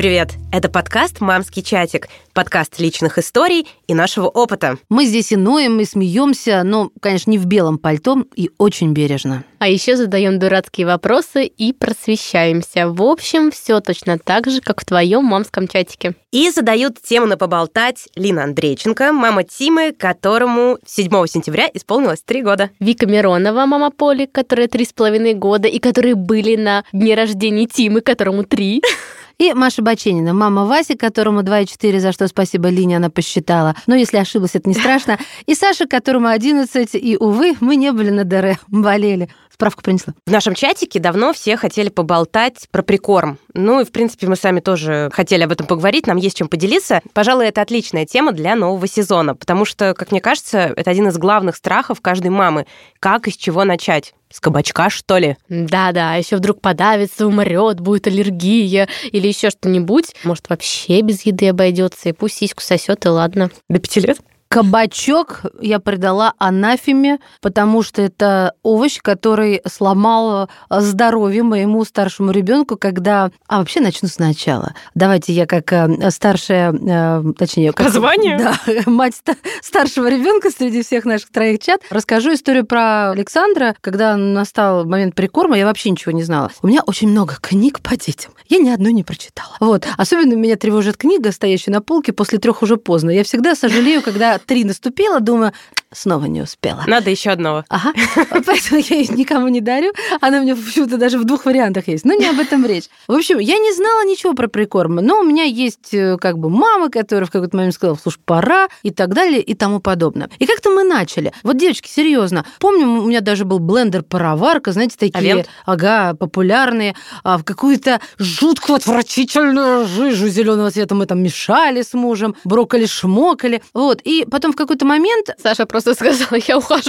Привет! Это подкаст «Мамский чатик», подкаст личных историй и нашего опыта. Мы здесь и ноем, и смеемся, но, конечно, не в белом пальто и очень бережно. А еще задаем дурацкие вопросы и просвещаемся. В общем, все точно так же, как в твоем мамском чатике. И задают тему на поболтать Лина Андрейченко, мама Тимы, которому 7 сентября исполнилось 3 года. Вика Миронова, мама Поли, которая 3,5 года, и которые были на дне рождения Тимы, которому 3. И Маша Баченина, мама Васи, которому 2,4, за что спасибо Лине, она посчитала. Но если ошиблась, это не страшно. И Саша, которому 11, и, увы, мы не были на ДР, болели. Справку принесла. В нашем чатике давно все хотели поболтать про прикорм. Ну и, в принципе, мы сами тоже хотели об этом поговорить, нам есть чем поделиться. Пожалуй, это отличная тема для нового сезона, потому что, как мне кажется, это один из главных страхов каждой мамы. Как и с чего начать? С кабачка, что ли? Да-да, еще вдруг подавится, умрет, будет аллергия или еще что-нибудь. Может, вообще без еды обойдется, и пусть сиську сосет, и ладно. До 5 лет? Кабачок я предала анафеме, потому что это овощ, который сломал здоровье моему старшему ребенку, когда... А вообще начну сначала. Давайте я как старшая, точнее... По званию? Да, мать старшего ребенка среди всех наших троих чат. Расскажу историю про Александра. Когда настал момент прикорма, я вообще ничего не знала. У меня очень много книг по детям. Я ни одной не прочитала. Вот. Особенно меня тревожит книга, стоящая на полке, после 3 уже поздно. Я всегда сожалею, когда 3 наступила, думаю, снова не успела. Надо еще одного. Ага. Поэтому я ее никому не дарю. Она у меня почему-то даже в 2 вариантах есть. Но не об этом речь. В общем, я не знала ничего про прикорм, но у меня есть как бы мама, которая в какой-то момент сказала, слушай, пора, и так далее, и тому подобное. И как-то мы начали. Вот, девочки, серьезно. Помню, у меня даже был блендер-пароварка, знаете, такие... Авент? Ага, популярные. В какую-то жуткую, отвратительную жижу зеленого цвета мы там мешали с мужем, брокколи-шмокали. Вот. И потом в какой-то момент... Саша просто сказала, я ухожу.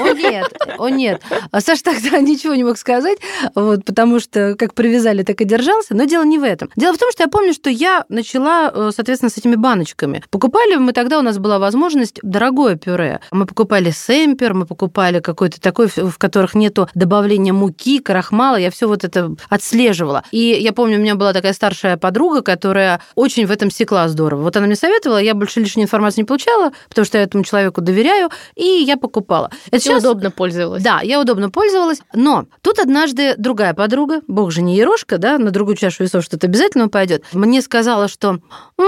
О нет. А Саша тогда ничего не мог сказать, вот, потому что как привязали, так и держался. Но дело не в этом. Дело в том, что я помню, что я начала, соответственно, с этими баночками. Покупали мы тогда, у нас была возможность дорогое пюре. Мы покупали Семпер, мы покупали какой-то такой, в которых нету добавления муки, крахмала. Я все вот это отслеживала. И я помню, у меня была такая старшая подруга, которая очень в этом секла здорово. Вот она мне советовала, я больше лишней информации не получала, потому что я этому человеку доверяю, и я покупала. Это сейчас удобно пользовалась. Да, я удобно пользовалась, но тут однажды другая подруга, бог же не ерошка, да, на другую чашу весов что-то обязательно упадет, мне сказала, что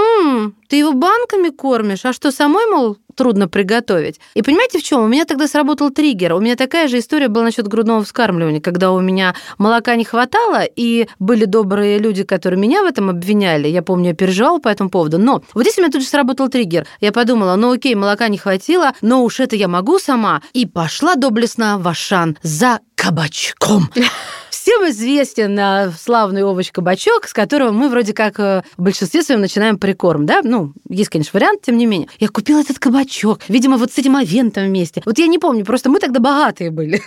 ты его банками кормишь, а что, самой, мол, трудно приготовить. И понимаете, в чем? У меня тогда сработал триггер. У меня такая же история была насчет грудного вскармливания, когда у меня молока не хватало, и были добрые люди, которые меня в этом обвиняли. Я помню, я переживала по этому поводу. Но вот здесь у меня тут же сработал триггер. Я подумала, ну окей, молока не хватило, но уж это я могу сама. И пошла доблестно в Ашан за кабачком. Всем известен славный овощ-кабачок, с которого мы вроде как в большинстве своем начинаем прикорм, да? Ну, есть, конечно, вариант, тем не менее. Я купила этот кабачок, видимо, вот с этим авентом вместе. Вот я не помню, просто мы тогда богатые были.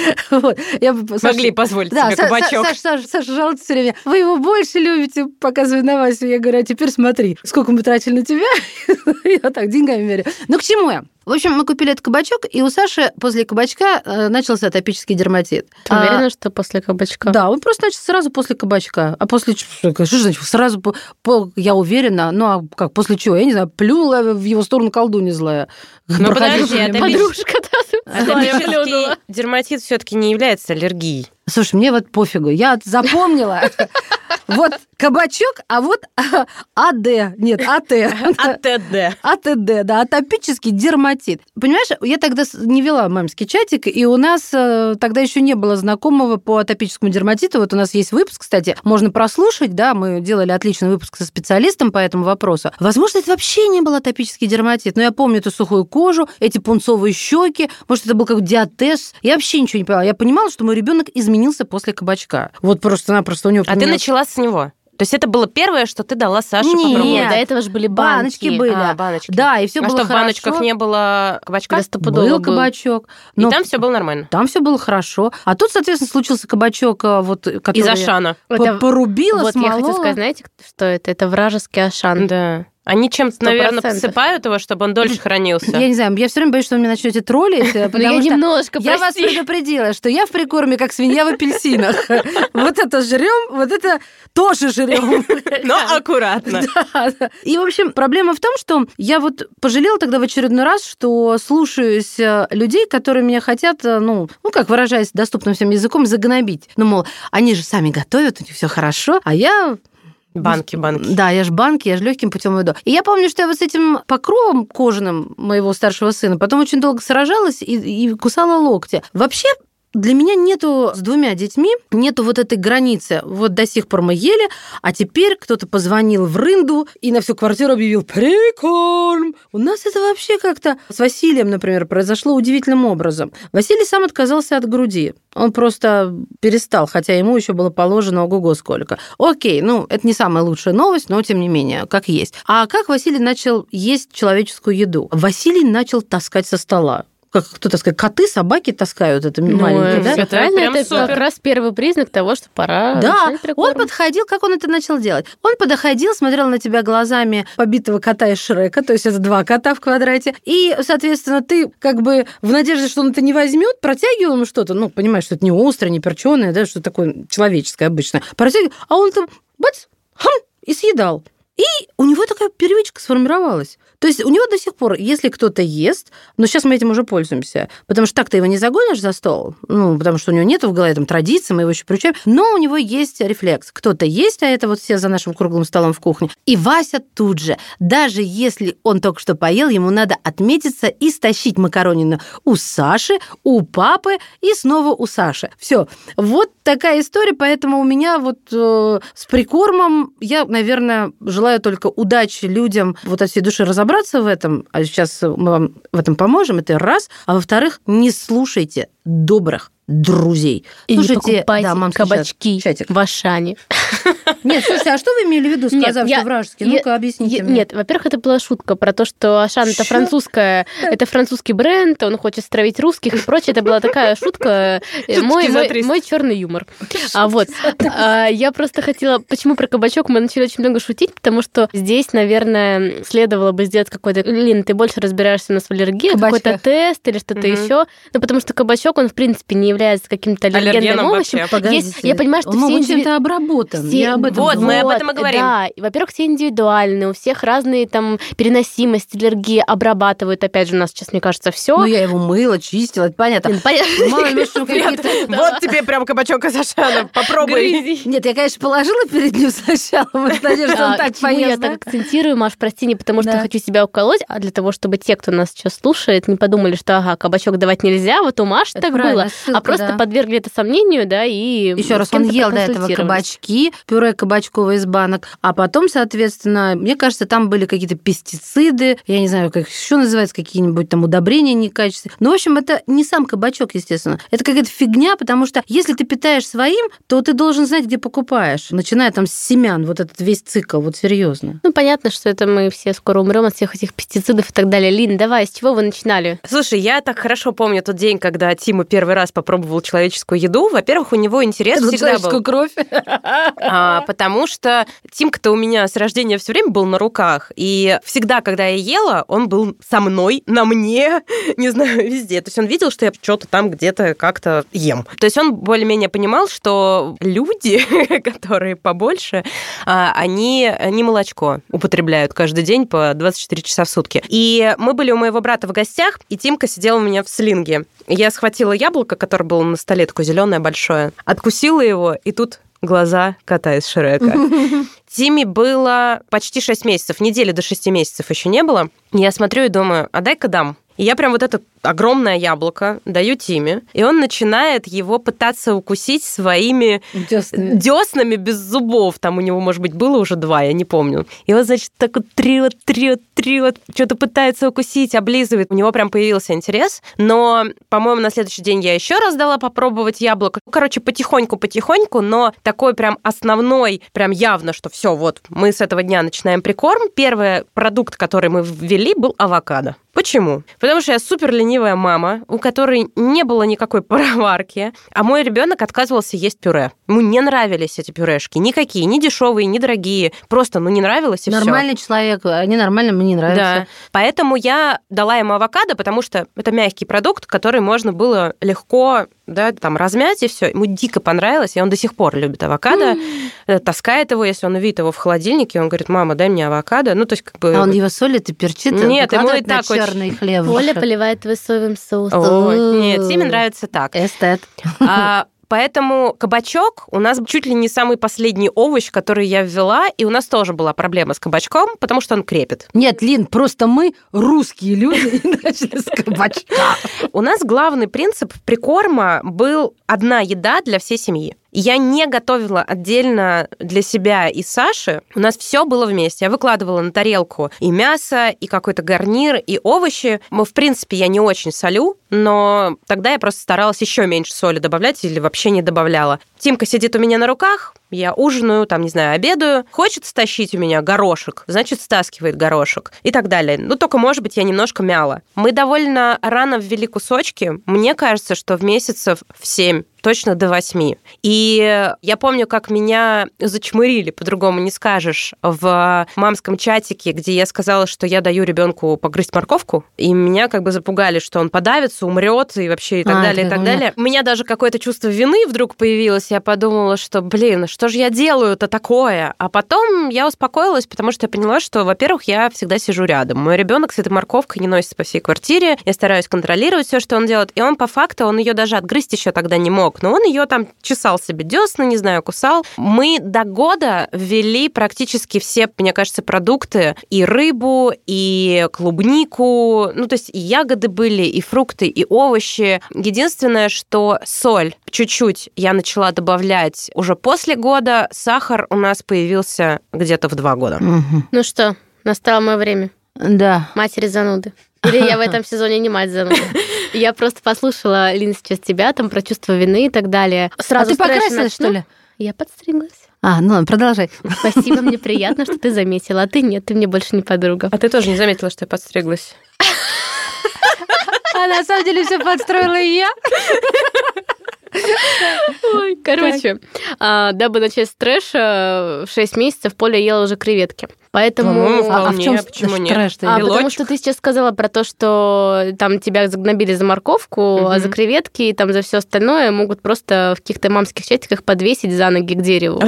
Могли позволить себе кабачок. Саша жалуется все время. Вы его больше любите, показывая на Васю. Я говорю, а теперь смотри, сколько мы тратили на тебя. Я так деньгами меряю. Ну, к чему я? В общем, мы купили этот кабачок, и у Саши после кабачка начался атопический дерматит. Ты уверена, что после кабачка? Да, он просто начался сразу после кабачка. А после... Что значит? Сразу, я уверена. Ну, а как, после чего? Я не знаю, плюла в его сторону колдунья злая. Ну, подожди, подружка, атопический дерматит все-таки не является аллергией. Слушай, мне вот пофигу. Я запомнила. Вот кабачок, а вот АД. Нет, АТ. АТД, да, атопический дерматит. Понимаешь, я тогда не вела мамский чатик, и у нас тогда еще не было знакомого по атопическому дерматиту. Вот у нас есть выпуск, кстати, можно прослушать, да, мы делали отличный выпуск со специалистом по этому вопросу. Возможно, это вообще не был атопический дерматит, но я помню эту сухую кожу, эти пунцовые щеки, может, это был какой-то диатез. Я вообще ничего не поняла. Я понимала, что мой ребенок изменился после кабачка. Вот просто-напросто у него... А ты начала с него? То есть это было первое, что ты дала Саше попробовать? Нет, до этого же были баночки. Баночки были. Баночки. Да, и все было что, хорошо. в баночках не было кабачка? Да, стопудово был кабачок. И там все было нормально? Там все было хорошо. А тут, соответственно, случился кабачок, вот, который... Из Ашана. Порубила, вот смолола. Я хочу сказать, знаете, что это? Это вражеский Ашан. Да. Они чем-то, 100%. наверное, посыпают его, чтобы он дольше хранился. Я не знаю, я все время боюсь, что вы меня начнете троллить, потому я что немножко, я вас предупредила, что я в прикорме, как свинья в апельсинах. Вот это жрем, вот это тоже жрем. Но аккуратно. Да. И, в общем, проблема в том, что я вот пожалела тогда в очередной раз, что слушаюсь людей, которые меня хотят, ну, как выражаясь доступным всем языком, загнобить. Ну, мол, они же сами готовят, у них все хорошо, а я... Банки. Да, я ж легким путем иду. И я помню, что я вот с этим покровом кожаным моего старшего сына потом очень долго сражалась и кусала локти. Вообще, для меня нету с 2 детьми, нету вот этой границы. Вот до сих пор мы ели, а теперь кто-то позвонил в рынду и на всю квартиру объявил прикорм. У нас это вообще как-то с Василием, например, произошло удивительным образом. Василий сам отказался от груди. Он просто перестал, хотя ему еще было положено ого-го сколько. Окей, это не самая лучшая новость, но тем не менее, как есть. А как Василий начал есть человеческую еду? Василий начал таскать со стола. Как кто-то сказать, коты, собаки таскают это маленькие, да? Все правильно, это как раз первый признак того, что пора. Да, он подходил, как он это начал делать? Он подходил, смотрел на тебя глазами побитого кота из Шрека, то есть это 2 кота в квадрате, и, соответственно, ты как бы в надежде, что он это не возьмет, протягивал ему что-то, понимаешь, что это не острое, не перченое, да, что такое человеческое обычно, протягивал, а он там бац, и съедал. И у него такая привычка сформировалась. То есть у него до сих пор, если кто-то ест, но сейчас мы этим уже пользуемся, потому что так ты его не загонишь за стол, потому что у него нет в голове традиции, мы его еще приучаем, но у него есть рефлекс. Кто-то есть, а это вот все за нашим круглым столом в кухне. И Вася тут же, даже если он только что поел, ему надо отметиться и стащить макаронину у Саши, у папы и снова у Саши. Все. Вот такая история, поэтому у меня вот с прикормом я, наверное, желаю только удачи людям вот от всей души разобраться в этом, а сейчас мы вам в этом поможем, это раз. А во-вторых, не слушайте добрых друзей. И Слушайте, не покупайте кабачки чатик. в Ашане. Нет, слушайте, а что вы имели в виду, сказав, что вражеский? Ну-ка, объясните мне. Нет, во-первых, это была шутка про то, что Ашан это французская, это французский бренд, он хочет стравить русских и прочее. Это была такая шутка, мой черный юмор. Я просто хотела, почему про кабачок мы начали очень много шутить, потому что здесь, наверное, следовало бы сделать какой-то, Лин, ты больше разбираешься на аллергии, какой-то тест или что-то еще, потому что кабачок, он в принципе не является каким-то аллергенным овощем. Я понимаю, что он чем-то обработан. Мы об этом и говорим. Да, во-первых, все индивидуальны, у всех разные там переносимости, аллергии, обрабатывают, опять же, у нас сейчас, мне кажется, все. Я его мыла, чистила, это понятно. Мало ли, что какие-то... Вот тебе прям кабачок из Ашана, попробуй. Нет, я, конечно, положила перед ним сначала, в надежде, что он так поест. Я так акцентирую, Маш, прости, не потому что хочу себя уколоть, а для того, чтобы те, кто нас сейчас слушает, не подумали, что, кабачок давать нельзя, вот у Маши так было, а просто подвергли это сомнению, да, и... Еще раз, он ел до этого кабачки, пюре кабачковое из банок, а потом, соответственно, мне кажется, там были какие-то пестициды, я не знаю, как еще называется, какие-нибудь там удобрения некачественные. Ну, в общем, это не сам кабачок, естественно. Это какая-то фигня, потому что если ты питаешь своим, то ты должен знать, где покупаешь, начиная там с семян, вот этот весь цикл, вот серьезно. Понятно, что это мы все скоро умрем от всех этих пестицидов и так далее. Лин, давай, с чего вы начинали? Слушай, я так хорошо помню тот день, когда Тима первый раз попробовал человеческую еду. Во-первых, у него интерес всегда был. Кровь. Потому что Тимка-то у меня с рождения все время был на руках. И всегда, когда я ела, он был со мной, на мне, не знаю, везде. То есть он видел, что я что-то там где-то как-то ем. То есть он более-менее понимал, что люди, которые побольше, они не молочко употребляют каждый день по 24 часа в сутки. И мы были у моего брата в гостях, и Тимка сидел у меня в слинге. Я схватила яблоко, которое было на столе, такое зеленое большое, откусила его, и тут глаза кота из Шрека. Тиме было почти 6 месяцев, недели до 6 месяцев еще не было. Я смотрю и думаю, а дай-ка дам. И я прям вот это огромное яблоко даю Тиме, и он начинает его пытаться укусить своими дёснами без зубов. Там у него, может быть, было уже 2, я не помню. И он, значит, так вот трёт, что-то пытается укусить, облизывает. У него прям появился интерес. Но, по-моему, на следующий день я еще раз дала попробовать яблоко. Потихоньку, но такой прям основной, прям явно, что все, вот, мы с этого дня начинаем прикорм. Первый продукт, который мы ввели, был авокадо. Почему? Потому что я супер ленивая ленивая мама, у которой не было никакой пароварки, а мой ребенок отказывался есть пюре. Ему не нравились эти пюрешки. Никакие, ни дешевые, ни дорогие. Просто, не нравилось, и все. Нормальный человек, они нормально, мне не нравятся. Да. Поэтому я дала ему авокадо, потому что это мягкий продукт, который можно было легко размять, и все. Ему дико понравилось, и он до сих пор любит авокадо, таскает его, если он увидит его в холодильнике, он говорит: мама, дай мне авокадо. А он его солит и перчит? Нет, ему и так черный хлеб. Оля поливает его соевым соусом. Нет, Тиме нравится так. Эстет. Поэтому кабачок у нас чуть ли не самый последний овощ, который я ввела, и у нас тоже была проблема с кабачком, потому что он крепит. Нет, Лин, просто мы русские люди и начали с кабачка. У нас главный принцип прикорма был одна еда для всей семьи. Я не готовила отдельно для себя и Саши. У нас все было вместе. Я выкладывала на тарелку и мясо, и какой-то гарнир, и овощи. В принципе, я не очень солю, но тогда я просто старалась еще меньше соли добавлять или вообще не добавляла. Тимка сидит у меня на руках, я ужинаю, обедаю. Хочет стащить у меня горошек, значит, стаскивает горошек и так далее. Только, может быть, я немножко мяла. Мы довольно рано ввели кусочки. Мне кажется, что в месяцев в 7, точно до 8. И я помню, как меня зачмырили, по-другому не скажешь, в мамском чатике, где я сказала, что я даю ребенку погрызть морковку, и меня запугали, что он подавится, умрет и вообще и так далее, и так далее. У меня даже какое-то чувство вины вдруг появилось. Я подумала, что, что же я делаю-то такое? А потом я успокоилась, потому что я поняла, что, во-первых, я всегда сижу рядом. Мой ребенок с этой морковкой не носится по всей квартире. Я стараюсь контролировать все, что он делает. И он, по факту, он ее даже отгрызть еще тогда не мог. Но он ее чесал себе десна, не знаю, кусал. Мы до года ввели практически все, мне кажется, продукты. И рыбу, и клубнику. То есть и ягоды были, и фрукты, и овощи. Единственное, что соль чуть-чуть я начала добавлять уже после года. Сахар у нас появился где-то в 2 года. Угу. Ну что, настало мое время. Да. Матери-зануды. Или я в этом сезоне не мать-зануда. Я просто послушала, Лин, сейчас тебя про чувство вины и так далее. Сразу ты покрасилась, что ли? Я подстриглась. Ладно, продолжай. Спасибо, мне приятно, что ты заметила. А ты нет, ты мне больше не подруга. А ты тоже не заметила, что я подстриглась? А на самом деле все подстроила и я. Ой, короче, дабы начать с трэша, в 6 месяцев Поля ела уже креветки. Поэтому... А в чем почему нет? Потому что ты сейчас сказала про то, что тебя загнобили за морковку, а за креветки и за все остальное могут просто в каких-то мамских чатиках подвесить за ноги к дереву.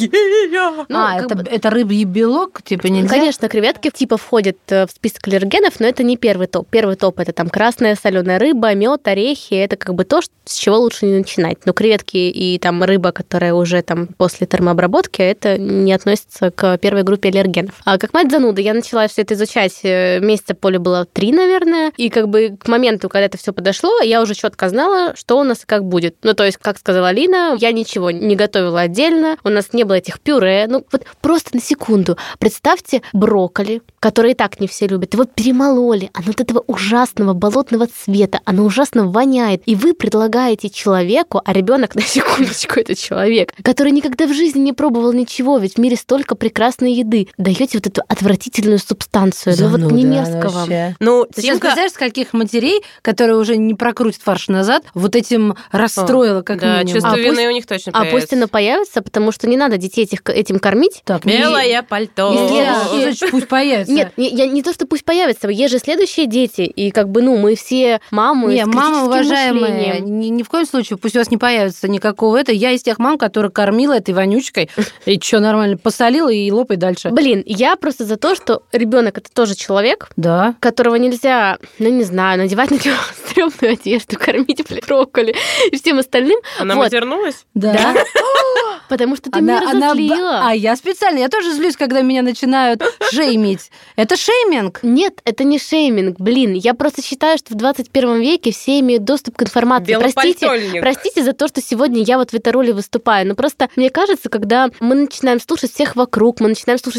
Аллергия! Это рыбий белок, нельзя? Конечно, креветки входят в список аллергенов, но это не первый топ. Первый топ — это красная соленая рыба, мед, орехи. Это то, с чего лучше не начинать. Но креветки и рыба, которая уже после термообработки, это не относится к первой группе аллергенов. А как мать-зануда я начала все это изучать, месяца Поле было 3, наверное, и к моменту, когда это все подошло, я уже четко знала, что у нас и как будет. То есть, как сказала Лина, я ничего не готовила отдельно, у нас не было этих пюре. Просто на секунду. Представьте брокколи, которые и так не все любят. Его перемололи, оно от этого ужасного болотного цвета, оно ужасно воняет. И вы предлагаете человеку, а ребенок, на секундочку, это человек, который никогда в жизни не пробовал ничего, ведь в мире столько прекрасной еды, даете эту отвратительную субстанцию. Не мерзко вам. Ты сейчас знаешь, скольких матерей, которые уже не прокрутят фарш назад, вот этим расстроило как минимум. Да, чувство вины у них точно появится. А пусть оно появится, потому что не надо детей этим кормить. Белое пальто. Пусть появится. Нет, я не то, что пусть появится. Есть же следующие дети, и мы все мамы с критическим мамы, уважаемые, ни в коем случае, пусть у вас не появится никакого этого. Я из тех мам, которая кормила этой вонючкой, и что, нормально, посолила и лопай дальше. Я просто за то, что ребенок это тоже человек, да, которого нельзя, надевать на него стрёмную одежду, кормить брокколи и всем остальным. Она матернулась? Да. Потому что ты меня разозлила. А я специально, я тоже злюсь, когда меня начинают шеймить. Это шейминг? Нет, это не шейминг, я просто считаю, что в 21 веке все имеют доступ к информации. Простите за то, что сегодня я в этой роли выступаю, но просто мне кажется, когда мы начинаем слушать всех вокруг, мы начинаем слушать, более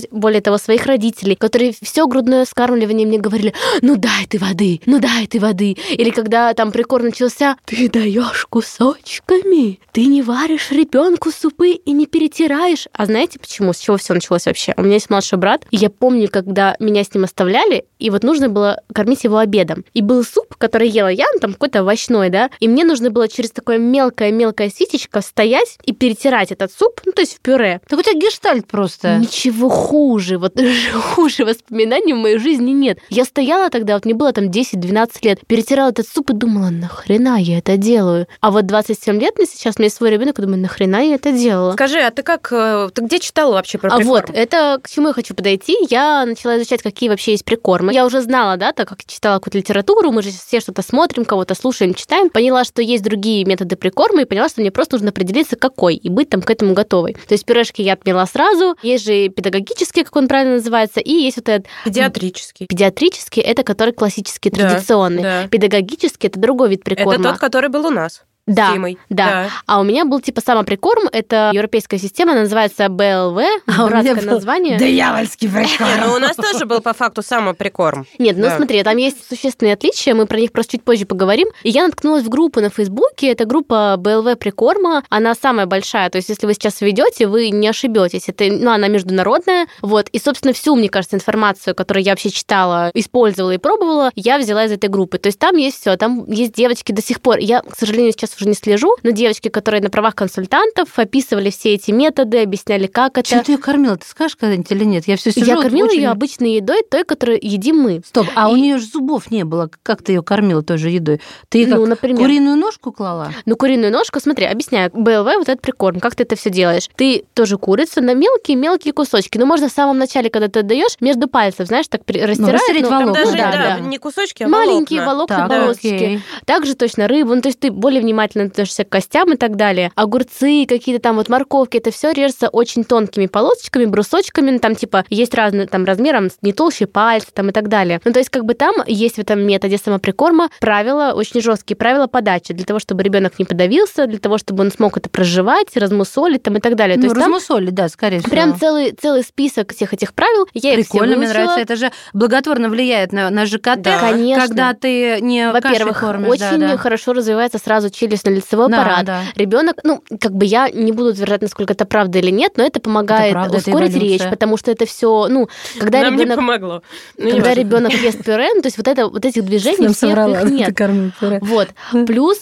этого своих родителей, которые все грудное вскармливание мне говорили: ну дай ты воды, ну дай ты воды. Или когда там прикорм начался: ты даешь кусочками, ты не варишь ребенку супы и не перетираешь. А знаете почему? С чего все началось вообще? У меня есть младший брат, и я помню, когда меня с ним оставляли, и вот нужно было кормить его обедом. И был суп, который ела я, там какой-то овощной, да, и мне нужно было через такое мелкое-мелкое ситечко стоять и перетирать этот суп, ну, то есть в пюре. Так у тебя гештальт просто. Ничего хуже, вот хуже воспоминаний в моей жизни нет. Я стояла тогда, вот мне было там 10-12 лет, перетирала этот суп и думала: нахрена я это делаю? А вот 27 лет мне сейчас, у меня есть свой ребенок, и думаю: нахрена я это делала? Скажи, а ты где читала вообще про прикорм? Вот, это к чему я хочу подойти. Я начала изучать, какие вообще есть прикормы. Я уже знала, да, так как читала какую-то литературу, мы же все что-то смотрим, кого-то слушаем, читаем. Поняла, что есть другие методы прикорма, и поняла, что мне просто нужно определиться, какой, и быть там к этому готовой. То есть пюрешки я отмела сразу, есть же педагогический, как он правильно называется, и есть вот этот... Педиатрический. Педиатрический — это который классический, традиционный. Да. Педагогический — это другой вид прикорма. Это тот, который был у нас. Да, Тимой. да. А у меня был типа самоприкорм, это европейская система, она называется БЛВ, дурацкое название. Дьявольский прикорм. Ну, у нас тоже был по факту самоприкорм. Нет, ну смотри, там есть существенные отличия, мы про них просто чуть позже поговорим. И я наткнулась в группу на Фейсбуке, это группа БЛВ прикорма, она самая большая, то есть если вы сейчас ведете, вы не ошибетесь. Это, ну, она международная, вот. И, собственно, всю, мне кажется, информацию, которую я вообще читала, использовала и пробовала, я взяла из этой группы. То есть там есть все, там есть девочки до сих пор. Я, к сожалению, сейчас уже не слежу, но девочки, которые на правах консультантов, описывали все эти методы, объясняли, как это. Чем ты ее кормила? Ты скажешь когда-нибудь или нет? Я все сижу. Я кормила ее обычной едой, той, которую едим мы. Стоп, а у нее же зубов не было. Как ты ее кормила той же едой? Ты ей как, например, куриную ножку клала? Ну, куриную ножку, смотри, объясняю. БЛВ, вот этот прикорм, как ты это все делаешь? Ты тоже курицу на мелкие-мелкие кусочки. Ну, можно в самом начале, когда ты отдаешь, между пальцев, знаешь, так растираешь. Там даже не кусочки, а маленькие волокна, полосочки. Также точно рыбу, ну, то есть ты более внимательно относишься к костям и так далее. Огурцы, какие-то там вот морковки, это все режется очень тонкими полосочками, брусочками, там типа есть разные там размером, не толще пальца там и так далее. Ну, то есть как бы там есть в этом методе самоприкорма правила, очень жесткие правила подачи, для того, чтобы ребенок не подавился, для того, чтобы он смог это прожевать, размусолить там и так далее. Ну, то есть размусолить, да, скорее всего. Прям целый список всех этих правил. Я их все выучила. Мне нравится. Это же благотворно влияет на ЖКТ. Да, конечно. Когда ты не Во-первых, кашей кормишь. очень хорошо развивается сразу челюстно-лицевой аппарат. Да. Ребенок, ну, как бы я не буду утверждать, насколько это правда или нет, но это помогает ускорить речь, потому что это все, ну, когда нам ребенок... не помогло. Когда ребенок ест пюре, ну, то есть вот этих движений всех их нет. Вот. Плюс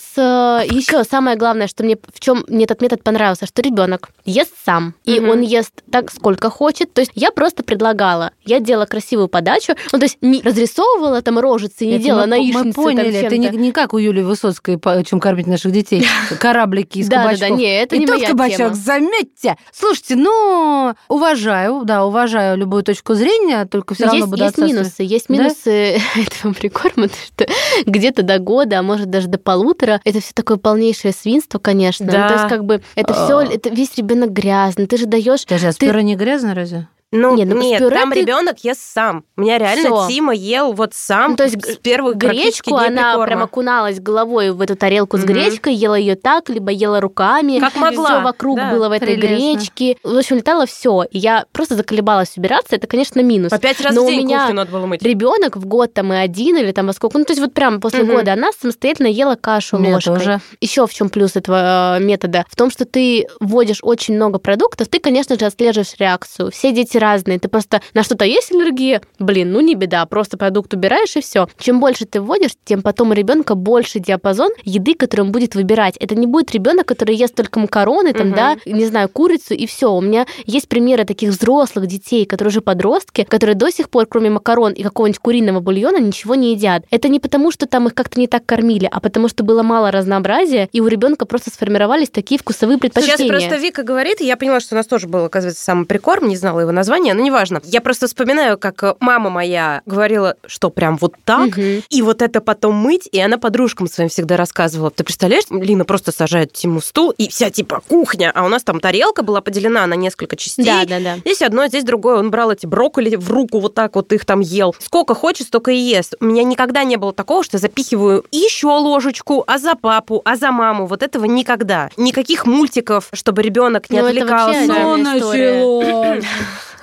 еще самое главное, что мне в чем мне этот метод понравился, что ребенок ест сам, и он ест так, сколько хочет. То есть я просто предлагала, я делала красивую подачу, ну, то есть не разрисовывала там рожицы, не делала наишницы. Мы поняли, это не как у Юлии Высоцкой, чем кормить наших детей, кораблики из кабачков. Да, не, это не моя кабачок, тема. Заметьте! Слушайте, ну, уважаю любую точку зрения, только все равно буду отсутствовать. Есть минусы этого прикорма, что где-то до года, а может даже до 1,5, это все такое полнейшее свинство, конечно. Да. Ну, то есть как бы это все, это весь ребенок грязный, ты же даешь. Даже пюре не грязно разве? Ну, нет, там ребенок ест сам. У меня реально Тима ел вот сам, ну, то есть с первых гречку она прям окуналась головой в эту тарелку с гречкой, ела ее так, либо ела руками. Как могла. Все вокруг было в этой гречке. В общем, летало все. Я просто заколебалась убираться. Это, конечно, минус. По 5 раз в день кухню надо было мыть. Ребенок в год там и 1 или там во сколько. Ну, то есть вот прям после года она самостоятельно ела кашу ложкой. Еще в чем плюс этого метода? В том, что ты вводишь очень много продуктов, ты, конечно же, отслеживаешь реакцию. Все дети разные. Ты просто на что-то есть аллергия, ну не беда, просто продукт убираешь и все. Чем больше ты вводишь, тем потом у ребенка больше диапазон еды, который он будет выбирать. Это не будет ребенок, который ест только макароны, там, да, не знаю, курицу и все. У меня есть примеры таких взрослых детей, которые уже подростки, которые до сих пор, кроме макарон и какого-нибудь куриного бульона, ничего не едят. Это не потому, что там их как-то не так кормили, а потому что было мало разнообразия, и у ребенка просто сформировались такие вкусовые предпочтения. Сейчас просто Вика говорит, и я поняла, что у нас тоже был, оказывается, самоприкорм, не знала его названия, но неважно. Я просто вспоминаю, как мама моя говорила, что прям вот так, и вот это потом мыть, и она подружкам своим всегда рассказывала. Ты представляешь, Лина просто сажает Тиму стул, и вся типа кухня, а у нас там тарелка была поделена на несколько частей. Да. Здесь одно, здесь другое. Он брал эти брокколи в руку, вот так вот их там ел. Сколько хочет, столько и ест. У меня никогда не было такого, что запихиваю еще ложечку, а за папу, а за маму. Вот этого никогда. Никаких мультиков, чтобы ребенок не отвлекался. Началось.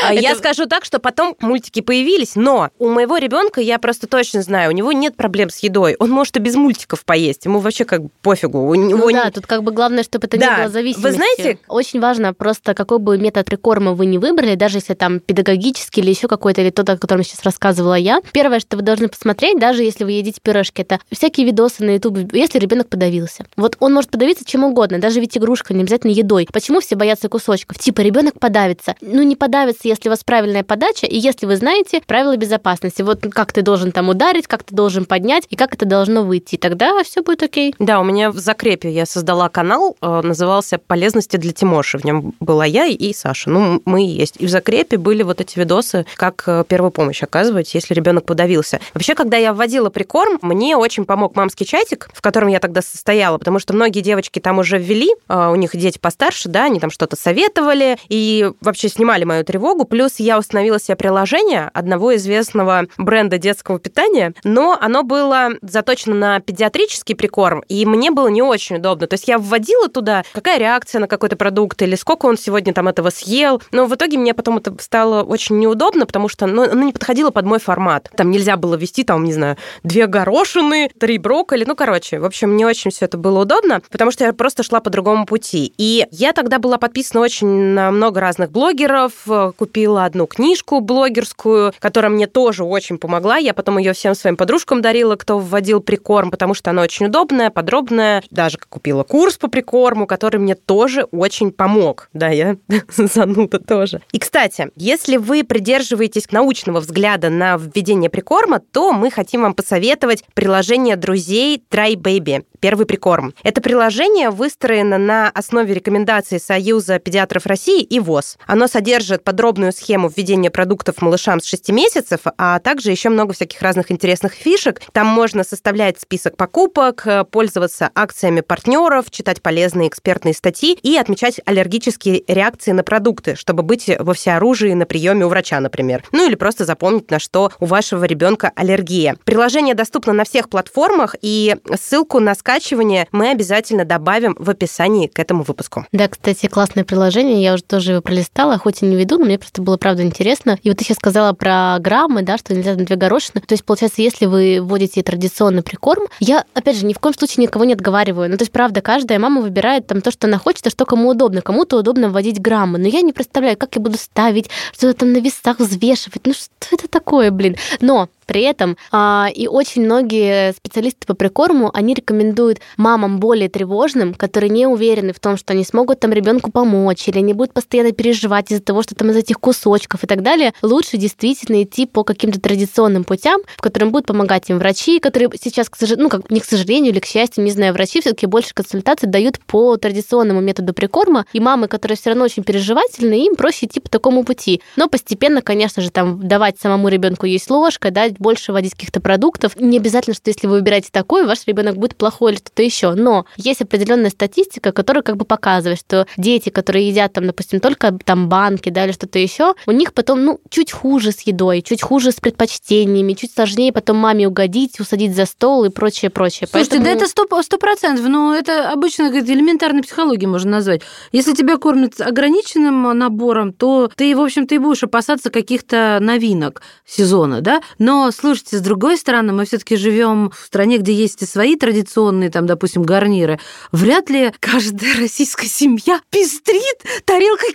Я скажу так, что потом мультики появились, но у моего ребенка, я просто точно знаю, у него нет проблем с едой. Он может и без мультиков поесть. Ему вообще как бы пофигу. Да, тут как бы главное, чтобы это не было зависимости. Вы знаете... Очень важно просто, какой бы метод прикорма вы не выбрали, даже если там педагогический или еще какой-то, или тот, о котором сейчас рассказывала я. Первое, что вы должны посмотреть, даже если вы едите пирожки, это всякие видосы на YouTube, если ребенок подавился. Вот он может подавиться чем угодно, даже ведь игрушка, не обязательно едой. Почему все боятся кусочков? Типа, ребенок подавится. Ну, не подавится, если у вас правильная подача, и если вы знаете правила безопасности. Вот как ты должен там ударить, как ты должен поднять, и как это должно выйти. Тогда все будет окей. Да, у меня в Закрепе я создала канал, назывался «Полезности для Тимоши». В нем была я и Саша. Ну, мы и есть. И в Закрепе были вот эти видосы, как первую помощь оказывать, если ребенок подавился. Вообще, когда я вводила прикорм, мне очень помог мамский чатик, в котором я тогда состояла, потому что многие девочки там уже ввели, у них дети постарше, да, они там что-то советовали и вообще снимали мою тревогу. Плюс я установила себе приложение одного известного бренда детского питания, но оно было заточено на педиатрический прикорм, и мне было не очень удобно. То есть я вводила туда, какая реакция на какой-то продукт или сколько он сегодня там этого съел, но в итоге мне потом это стало очень неудобно, потому что оно не подходило под мой формат. Там нельзя было вести, там, не знаю, 2 горошины, 3 брокколи, ну, короче, в общем, не очень все это было удобно, потому что я просто шла по другому пути. И я тогда была подписана очень на много разных блогеров, купила одну книжку блогерскую, которая мне тоже очень помогла. Я потом ее всем своим подружкам дарила, кто вводил прикорм, потому что она очень удобная, подробная. Даже купила курс по прикорму, который мне тоже очень помог. Да, я зануда тоже. И, кстати, если вы придерживаетесь научного взгляда на введение прикорма, то мы хотим вам посоветовать приложение друзей Try Baby. Первый прикорм. Это приложение выстроено на основе рекомендаций Союза педиатров России и ВОЗ. Оно содержит подробную схему введения продуктов малышам с 6 месяцев, а также еще много всяких разных интересных фишек. Там можно составлять список покупок, пользоваться акциями партнеров, читать полезные экспертные статьи и отмечать аллергические реакции на продукты, чтобы быть во всеоружии на приеме у врача, например. Ну или просто запомнить, на что у вашего ребенка аллергия. Приложение доступно на всех платформах, и ссылку на скачивание мы обязательно добавим в описании к этому выпуску. Да, кстати, классное приложение, я уже тоже его пролистала, хоть и не веду, но мне просто было, правда, интересно. И вот ты сейчас сказала про граммы, да, что нельзя на 2 горошины. То есть, получается, если вы вводите традиционный прикорм, я, опять же, ни в коем случае никого не отговариваю. Ну, то есть, правда, каждая мама выбирает там то, что она хочет, а что кому удобно. Кому-то удобно вводить граммы, но я не представляю, как я буду ставить, что-то там на весах взвешивать. Ну, что это такое, блин? Но при этом и очень многие специалисты по прикорму, они рекомендуют мамам более тревожным, которые не уверены в том, что они смогут там ребенку помочь, или они будут постоянно переживать из-за того, что там из этих кусочков и так далее. Лучше действительно идти по каким-то традиционным путям, в которым будут помогать им врачи, которые сейчас, не к сожалению или к счастью, не знаю, врачи все-таки больше консультаций дают по традиционному методу прикорма, и мамы, которые все равно очень переживательны, им проще идти по такому пути. Но постепенно, конечно же, там давать самому ребенку есть ложкой, дать больше вводить каких-то продуктов. Не обязательно, что если вы выбираете такой, ваш ребенок будет плохой или что-то еще. Но есть определенная статистика, которая как бы показывает, что дети, которые едят там, допустим, только там банки, да, или что-то еще, у них потом, чуть хуже с едой, чуть хуже с предпочтениями, чуть сложнее потом маме угодить, усадить за стол и прочее. Слушайте, поэтому... да это 100%, но это обычно элементарной психологией можно назвать. Если тебя кормят ограниченным набором, то ты, в общем-то, и будешь опасаться каких-то новинок сезона, да? Но, слушайте, с другой стороны, мы все-таки живем в стране, где есть и свои традиционные, там, допустим, гарниры. Вряд ли каждая российская семья пестрит тарелкой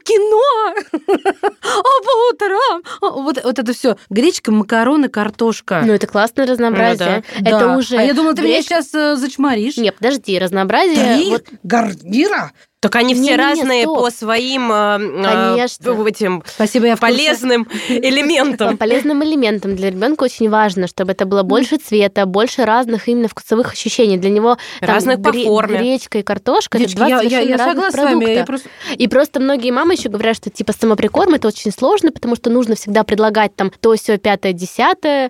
кино. А по утрам вот это все. Гречка, макароны, картошка. Ну, это классное разнообразие. Да. Это уже... А я думала, ты меня сейчас зачморишь. Нет, подожди, разнообразие... 3 гарнира? Так они все разные по своим этим спасибо, полезным элементам. Полезным элементам для ребенка очень важно, чтобы это было больше цвета, больше разных именно вкусовых ощущений. Для него разных по форме. Гречка и картошка — это 2 совершенно разных продукта. И просто многие мамы еще говорят, что типа самоприкорм — это очень сложно, потому что нужно всегда предлагать там то, сё, 5-е, 10-е.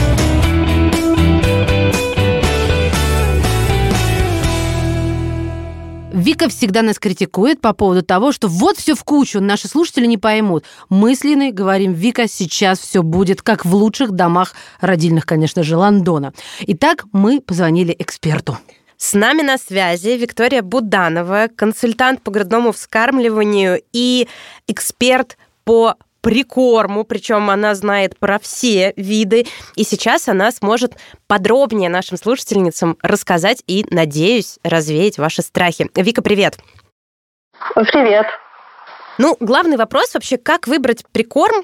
Вика всегда нас критикует по поводу того, что вот все в кучу, наши слушатели не поймут. Мы с Линой говорим: Вика, сейчас все будет как в лучших домах родильных, конечно же, Лондона. Итак, мы позвонили эксперту. С нами на связи Виктория Буданова, консультант по грудному вскармливанию и эксперт по прикорму, причем она знает про все виды, и сейчас она сможет подробнее нашим слушательницам рассказать и, надеюсь, развеять ваши страхи. Вика, привет! Привет! Главный вопрос вообще, как выбрать прикорм,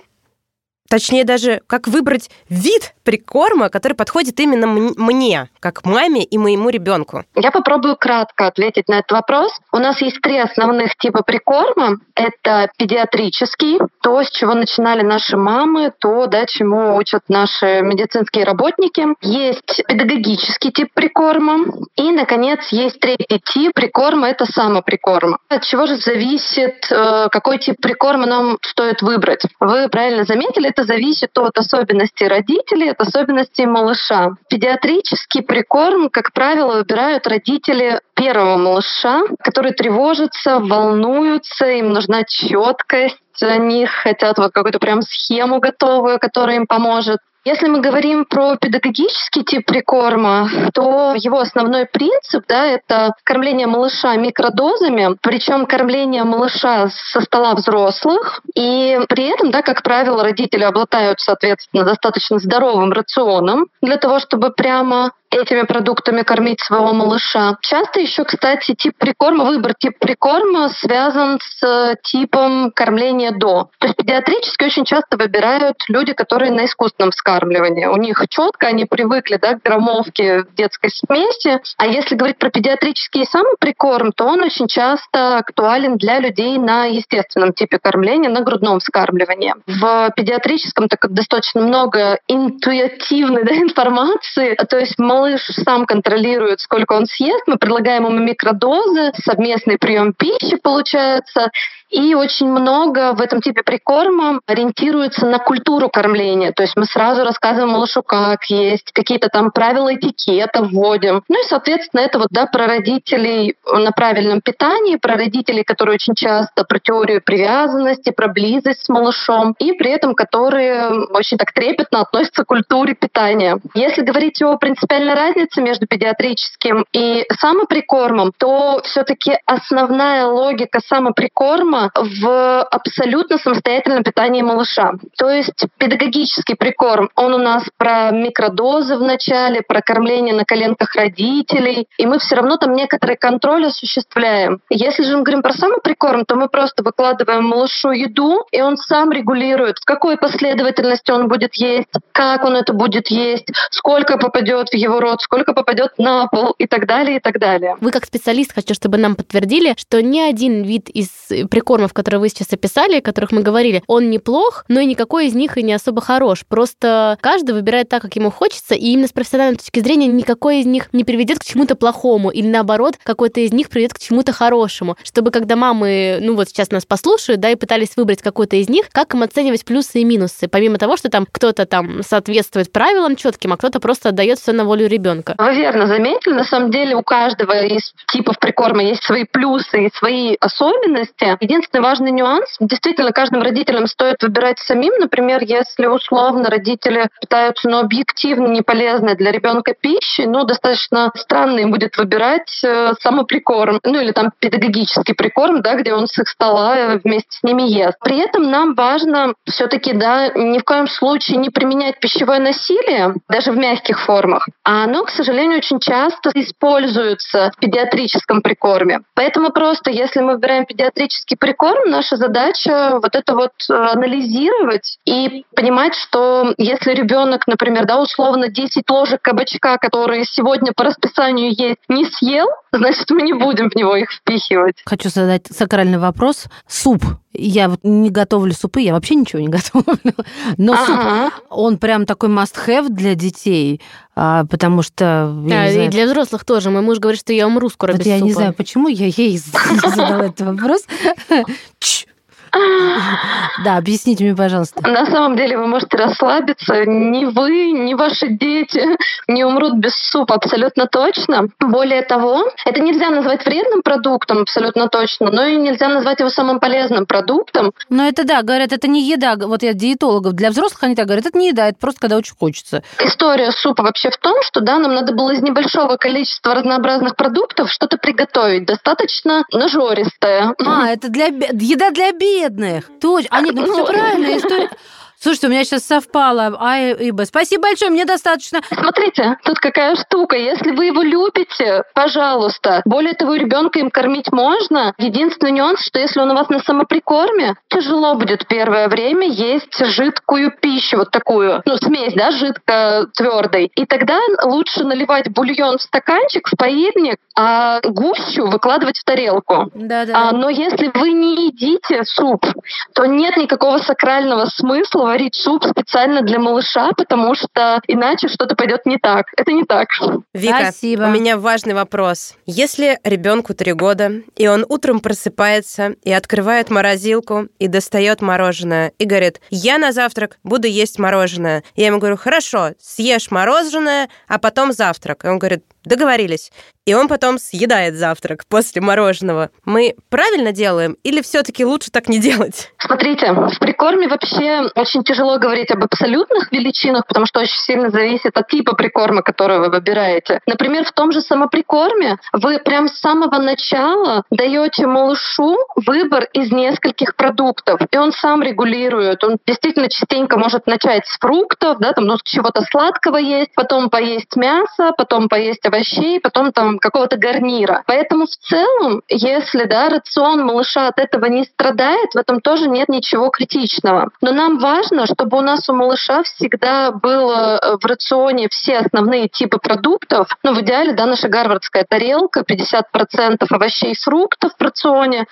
точнее даже, как выбрать вид прикорма, который подходит именно мне, как маме и моему ребенку? Я попробую кратко ответить на этот вопрос. У нас есть 3 основных типа прикорма. Это педиатрический, то, с чего начинали наши мамы, то, чему учат наши медицинские работники. Есть педагогический тип прикорма. И, наконец, есть 3-й тип прикорма, это самоприкорм. От чего же зависит, какой тип прикорма нам стоит выбрать? Вы правильно заметили, это зависит от особенностей родителей, от особенностей малыша. Педиатрический прикорм, как правило, выбирают родители первого малыша, которые тревожатся, волнуются, им нужна четкость, они хотят какую-то прям схему готовую, которая им поможет. Если мы говорим про педагогический тип прикорма, то его основной принцип, это кормление малыша микродозами, причем кормление малыша со стола взрослых. И при этом, как правило, родители обладают, соответственно, достаточно здоровым рационом для того, чтобы прямо этими продуктами кормить своего малыша. Часто еще, кстати, выбор тип прикорма связан с типом кормления до. То есть педиатрически очень часто выбирают люди, которые на искусственном вскармливании. У них четко, они привыкли к граммовке в детской смеси. А если говорить про педиатрический самоприкорм, то он очень часто актуален для людей на естественном типе кормления, на грудном вскармливании. В педиатрическом достаточно много интуитивной информации, то есть малыш сам контролирует, сколько он съест. Мы предлагаем ему микродозы, совместный прием пищи получается. И очень много в этом типе прикорма ориентируется на культуру кормления. То есть мы сразу рассказываем малышу, как есть, какие-то правила этикета вводим. И, соответственно, это про родителей на правильном питании, про родителей, которые очень часто про теорию привязанности, про близость с малышом, и при этом которые очень трепетно относятся к культуре питания. Если говорить о принципиальной разнице между педиатрическим и самоприкормом, то все-таки основная логика самоприкорма в абсолютно самостоятельном питании малыша. То есть педагогический прикорм, он у нас про микродозы в начале, про кормление на коленках родителей, и мы все равно некоторый контроль осуществляем. Если же мы говорим про самоприкорм, то мы просто выкладываем малышу еду, и он сам регулирует, в какой последовательности он будет есть, как он это будет есть, сколько попадет в его рот, сколько попадет на пол и так далее, и так далее. Вы как специалист, хочу, чтобы нам подтвердили, что ни один вид из прикормов, которые вы сейчас описали, о которых мы говорили, он неплох, но и никакой из них и не особо хорош. Просто каждый выбирает так, как ему хочется, и именно с профессиональной точки зрения никакой из них не приведет к чему-то плохому, или наоборот, какой-то из них приведет к чему-то хорошему. Чтобы когда мамы, сейчас нас послушают, и пытались выбрать какой-то из них, как им оценивать плюсы и минусы, помимо того, что кто-то соответствует правилам четким, а кто-то просто отдает все на волю ребенка. Вы верно заметили, на самом деле у каждого из типов прикорма есть свои плюсы и свои особенности. Единственный важный нюанс, действительно, каждым родителям стоит выбирать самим. Например, если условно родители питаются, объективно неполезной для ребенка пищей, достаточно странно им будет выбирать самоприкорм, или педагогический прикорм, где он с их стола вместе с ними ест. При этом нам важно все-таки, ни в коем случае не применять пищевое насилие, даже в мягких формах. А оно, к сожалению, очень часто используется в педиатрическом прикорме. Поэтому просто, если мы выбираем педиатрический прикорм, наша задача это анализировать и понимать, что если ребенок, например, условно 10 ложек кабачка, которые сегодня по расписанию есть, не съел, значит, мы не будем в него их впихивать. Хочу задать сакральный вопрос. Суп. Я не готовлю супы, я вообще ничего не готовлю. Но суп, он прям такой must-have для детей, потому что... и для взрослых тоже. Мой муж говорит, что я умру скоро без супа. Я не знаю, почему я ей задала этот вопрос. Да, объясните мне, пожалуйста. На самом деле вы можете расслабиться. Ни вы, ни ваши дети не умрут без супа, абсолютно точно. Более того, это нельзя назвать вредным продуктом, абсолютно точно, но и нельзя назвать его самым полезным продуктом. Но это говорят, это не еда. Вот я диетологов. Для взрослых они так говорят, это не еда, это просто когда очень хочется. История супа вообще в том, что нам надо было из небольшого количества разнообразных продуктов что-то приготовить, достаточно нажористое. Это еда для обеда. вредных. Они, все правильно, история... Слушайте, у меня сейчас совпало А и Б. Спасибо большое, мне достаточно. Смотрите, тут какая штука. Если вы его любите, пожалуйста. Более того, ребенка им кормить можно. Единственный нюанс, что если он у вас на самоприкорме, тяжело будет первое время есть жидкую пищу, вот такую, смесь, да, жидко-твердой. И тогда лучше наливать бульон в стаканчик, в поильник, а гущу выкладывать в тарелку. Да. Но если вы не едите суп, то нет никакого сакрального смысла варить суп специально для малыша, потому что иначе что-то пойдет не так. Это не так. Вика, Спасибо. У меня важный вопрос. Если ребенку 3 года, и он утром просыпается и открывает морозилку и достает мороженое, и говорит, я на завтрак буду есть мороженое. Я ему говорю, хорошо, съешь мороженое, а потом завтрак. И он говорит, договорились. И он потом съедает завтрак после мороженого. Мы правильно делаем или все-таки лучше так не делать? Смотрите, в прикорме вообще очень тяжело говорить об абсолютных величинах, потому что очень сильно зависит от типа прикорма, который вы выбираете. Например, в том же самоприкорме вы прям с самого начала даете малышу выбор из нескольких продуктов, и он сам регулирует. Он действительно частенько может начать с фруктов, да, там, чего-то сладкого есть, потом поесть мясо, потом поесть овощей, потом там какого-то гарнира. Поэтому в целом, если рацион малыша от этого не страдает, в этом тоже нет ничего критичного. Но нам важно, чтобы у нас у малыша всегда было в рационе все основные типы продуктов. В идеале, наша гарвардская тарелка, 50% овощей и фруктов в рационе,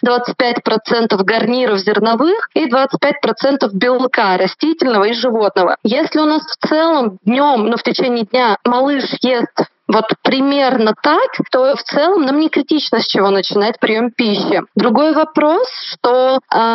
25% гарниров зерновых и 25% белка растительного и животного. Если у нас в целом днем, в течение дня малыш ест вот примерно так, то в целом нам не критично, с чего начинать прием пищи. Другой вопрос, что,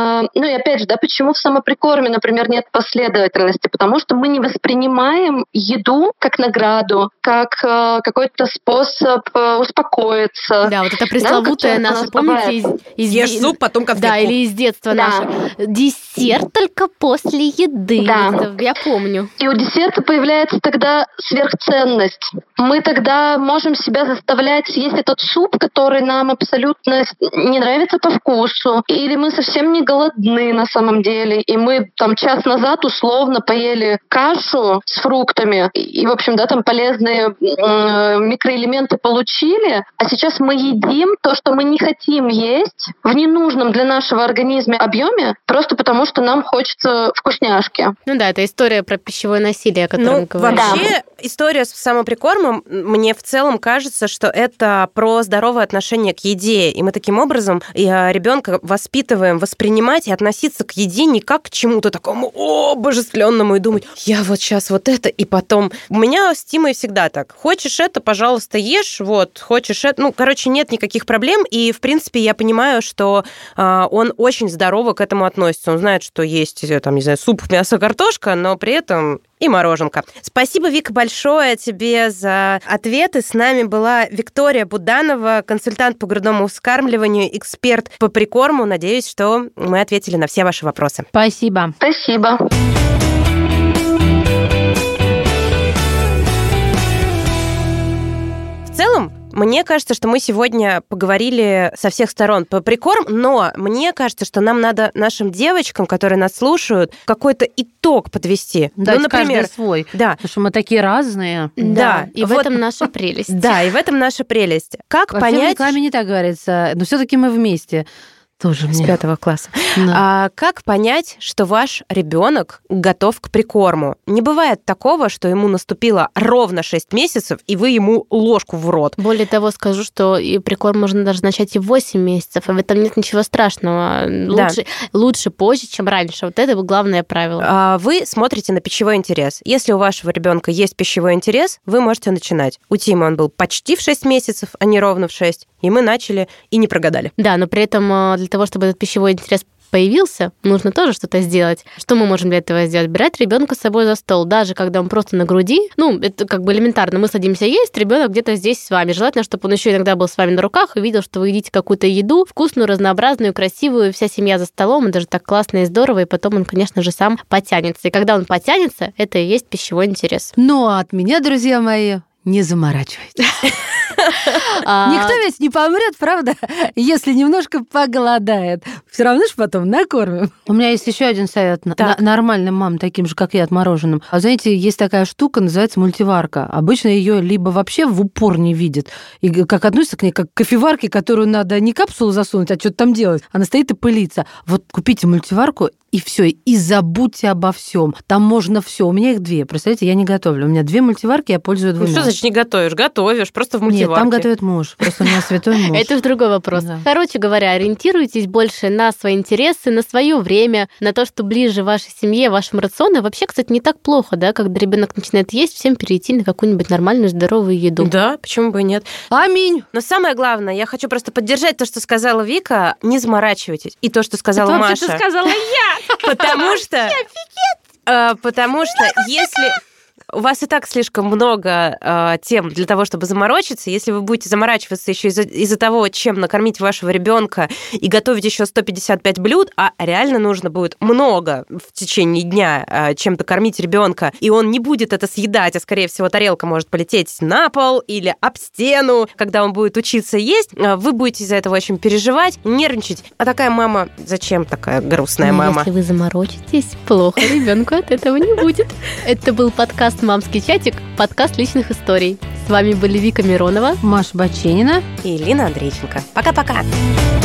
и опять же, почему в самоприкорме, например, нет последовательности? Потому что мы не воспринимаем еду как награду, как какой-то способ успокоиться. Да, вот это пресловутое наше, помните, ешь суп, потом конфетку. Да, или из детства наше. Десерт только после еды. Да. Это я помню. И у десерта появляется тогда сверхценность. Мы тогда можем себя заставлять съесть этот суп, который нам абсолютно не нравится по вкусу, или мы совсем не голодны на самом деле, и мы час назад условно поели кашу с фруктами, и в общем, там полезные микроэлементы получили, а сейчас мы едим то, что мы не хотим есть в ненужном для нашего организма объеме, просто потому что нам хочется вкусняшки. Это история про пищевое насилие, о котором мы говорим. Вообще, история с самоприкормом, мне в целом кажется, что это про здоровое отношение к еде. И мы таким образом ребенка воспитываем воспринимать и относиться к еде не как к чему-то такому божественному и думать, я вот сейчас вот это, и потом. У меня с Тимой всегда так. Хочешь это, пожалуйста, ешь, хочешь это. Нет никаких проблем. И, в принципе, я понимаю, что он очень здорово к этому относится. Он знает, что есть, суп, мясо, картошка, но при этом и мороженка. Спасибо, Вика, большое тебе за ответы. С нами была Виктория Буданова, консультант по грудному вскармливанию, эксперт по прикорму. Надеюсь, что мы ответили на все ваши вопросы. Спасибо. Спасибо. В целом, мне кажется, что мы сегодня поговорили со всех сторон по прикорм, но мне кажется, что нам надо нашим девочкам, которые нас слушают, какой-то итог подвести. Да, например, свой. Да. Потому что мы такие разные. Да. И в этом наша прелесть. Да, и в этом наша прелесть. Как Во понять... всем рекламе не так говорится, но все-таки мы вместе. Тоже с 5 класса. Да. Как понять, что ваш ребенок готов к прикорму? Не бывает такого, что ему наступило ровно 6 месяцев, и вы ему ложку в рот. Более того, скажу, что и прикорм можно даже начать и в 8 месяцев, и в этом нет ничего страшного. Лучше позже, чем раньше. Вот это главное правило. Вы смотрите на пищевой интерес. Если у вашего ребенка есть пищевой интерес, вы можете начинать. У Тима он был почти в 6 месяцев, а не ровно в 6. И мы начали и не прогадали. Да, но при этом для того, чтобы этот пищевой интерес появился, нужно тоже что-то сделать. Что мы можем для этого сделать? Брать ребенка с собой за стол, даже когда он просто на груди. Это элементарно. Мы садимся есть, ребенок где-то здесь с вами. Желательно, чтобы он еще иногда был с вами на руках и видел, что вы едите какую-то еду, вкусную, разнообразную, красивую, вся семья за столом, это же так классно и здорово, и потом он, конечно же, сам потянется. И когда он потянется, это и есть пищевой интерес. Но от меня, друзья мои, не заморачивайтесь. Никто ведь не помрет, правда, если немножко поголодает. Все равно же потом накормим. У меня есть еще один совет нормальным мамам, таким же, как я, отмороженным. А знаете, есть такая штука, называется мультиварка. Обычно ее либо вообще в упор не видят, и как относятся к ней, как к кофеварке, которую надо не капсулу засунуть, а что-то там делать. Она стоит и пылится. Вот купите мультиварку, и все, и забудьте обо всем. Там можно все. У меня их 2. Представляете, я не готовлю. У меня 2 мультиварки, я пользуюсь 2. Ну что значит не готовишь? Готовишь, просто в мультиварке. Нет, там готовит муж. Просто у меня святой муж. Это же другой вопрос. Да. Короче говоря, ориентируйтесь больше на свои интересы, на свое время, на то, что ближе вашей семье, вашему рациону. Вообще, кстати, не так плохо, да, когда ребенок начинает есть, всем перейти на какую-нибудь нормальную, здоровую еду. Да, почему бы и нет. Аминь. Но самое главное, я хочу просто поддержать то, что сказала Вика, не заморачивайтесь. И то, что сказала Маша. Это сказала я. Потому что если... У вас и так слишком много тем для того, чтобы заморочиться. Если вы будете заморачиваться еще из-за того, чем накормить вашего ребенка и готовить еще 155 блюд, а реально нужно будет много в течение дня чем-то кормить ребенка, и он не будет это съедать, а скорее всего тарелка может полететь на пол или об стену, когда он будет учиться есть, вы будете из-за этого очень переживать, нервничать. А такая мама, зачем такая грустная мама? Если вы заморочитесь, плохо ребенку от этого не будет. Это был подкаст «Мамский чатик», подкаст личных историй. С вами были Вика Миронова, Маша Баченина и Лина Андрейченко. Пока-пока!